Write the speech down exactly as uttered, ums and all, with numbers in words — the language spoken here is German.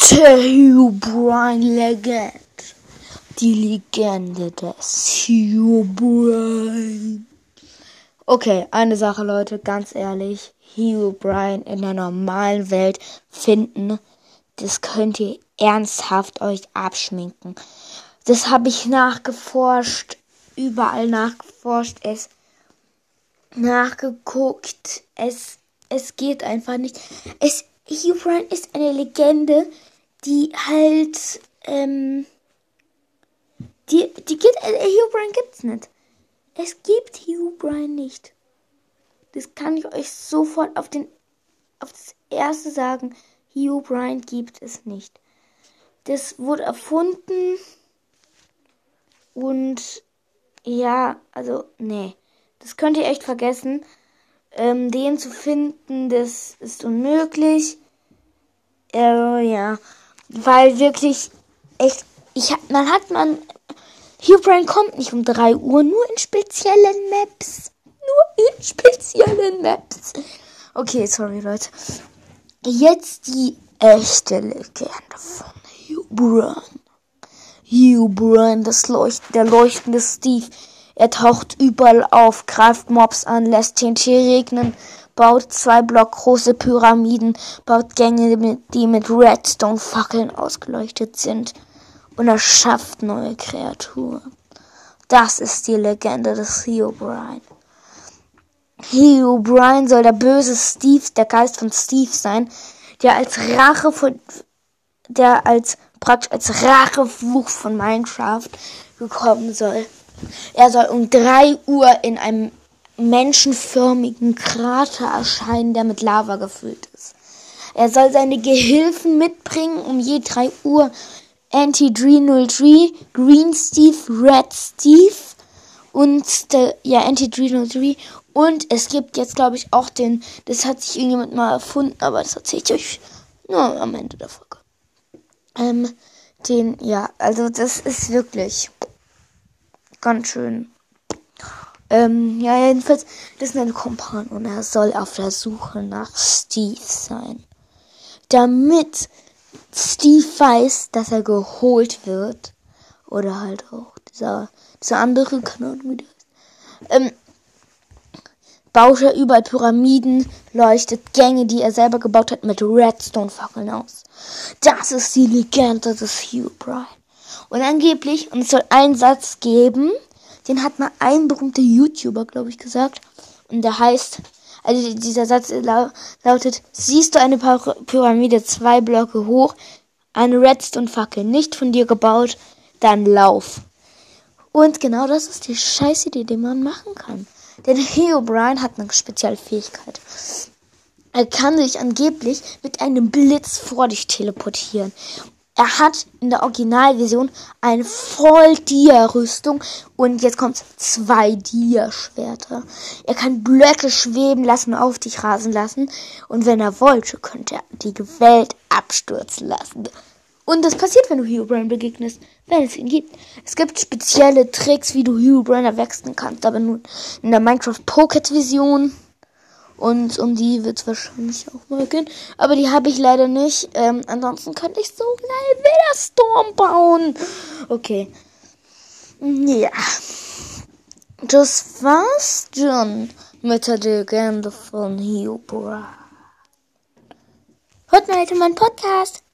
Der Herobrine Legend. Die Legende des Herobrine. Okay, eine Sache, Leute, ganz ehrlich. Herobrine in der normalen Welt finden, das könnt ihr ernsthaft euch abschminken. Das habe ich nachgeforscht, überall nachgeforscht, es nachgeguckt. Es, es geht einfach nicht. Es, Herobrine ist eine Legende, die halt, ähm, die, die geht, äh, Herobrine gibt's nicht. Es gibt Herobrine nicht. Das kann ich euch sofort auf den, auf das erste sagen. Herobrine gibt es nicht. Das wurde erfunden und ja, also, nee. Das könnt ihr echt vergessen. Ähm, den zu finden, das ist unmöglich. Äh, ja. Weil wirklich, echt, ich hab, man hat man, Herobrine kommt nicht um drei Uhr, nur in speziellen Maps. Nur in speziellen Maps. Okay, sorry, Leute. Jetzt die echte Legende von Herobrine. Herobrine, das Leucht, der leuchtende Steve. Er taucht überall auf, greift Mobs an, lässt T N T regnen, baut zwei Block große Pyramiden, baut Gänge, die mit Redstone-Fackeln ausgeleuchtet sind und erschafft neue Kreaturen. Das ist die Legende des Herobrine. Herobrine soll der böse Steve, der Geist von Steve sein, der als Rache von, der als praktisch als Rachefluch von Minecraft gekommen soll. Er soll um drei Uhr in einem menschenförmigen Krater erscheinen, der mit Lava gefüllt ist. Er soll seine Gehilfen mitbringen, um je drei Uhr Anti drei null drei, Green Steve, Red Steve und der, ja, Anti drei null drei. Und es gibt jetzt, glaube ich, auch den, das hat sich irgendjemand mal erfunden, aber das erzähle ich euch nur am Ende der Folge. Ähm, den, ja, also das ist wirklich ganz schön. Ähm, ja, jedenfalls, das ist ein Kumpan und er soll auf der Suche nach Steve sein. Damit Steve weiß, dass er geholt wird. Oder halt auch dieser, dieser andere, keine Ahnung, wie der ist. Ähm, baut er überall Pyramiden, leuchtet Gänge, die er selber gebaut hat, mit Redstone-Fackeln aus. Das ist die Legende des Herobrine. Und angeblich, und es soll einen Satz geben, den hat mal ein berühmter YouTuber, glaube ich, gesagt. Und der heißt, also dieser Satz lautet, siehst du eine Pyramide zwei Blöcke hoch, eine Redstone-Fackel nicht von dir gebaut, dann lauf. Und genau das ist die scheiß Idee, die man machen kann. Denn Herobrine hat eine spezielle Fähigkeit. Er kann sich angeblich mit einem Blitz vor dich teleportieren. Er hat in der Originalversion eine Voll-Dia-Rüstung und jetzt kommt zwei Dia-Schwerter. Er kann Blöcke schweben lassen und auf dich rasen lassen. Und wenn er wollte, könnte er die Welt abstürzen lassen. Und das passiert, wenn du Herobrine begegnest, wenn es ihn gibt. Es gibt spezielle Tricks, wie du Herobrine erwechseln kannst, aber nur in der Minecraft Pocket Vision. Und um die wird es wahrscheinlich auch mal gehen. Aber die habe ich leider nicht. Ähm, ansonsten könnte ich so geil Witherstorm bauen. Okay. Ja. Das war's dann mit der Legende von Herobrine. Hört mal heute meinen Podcast.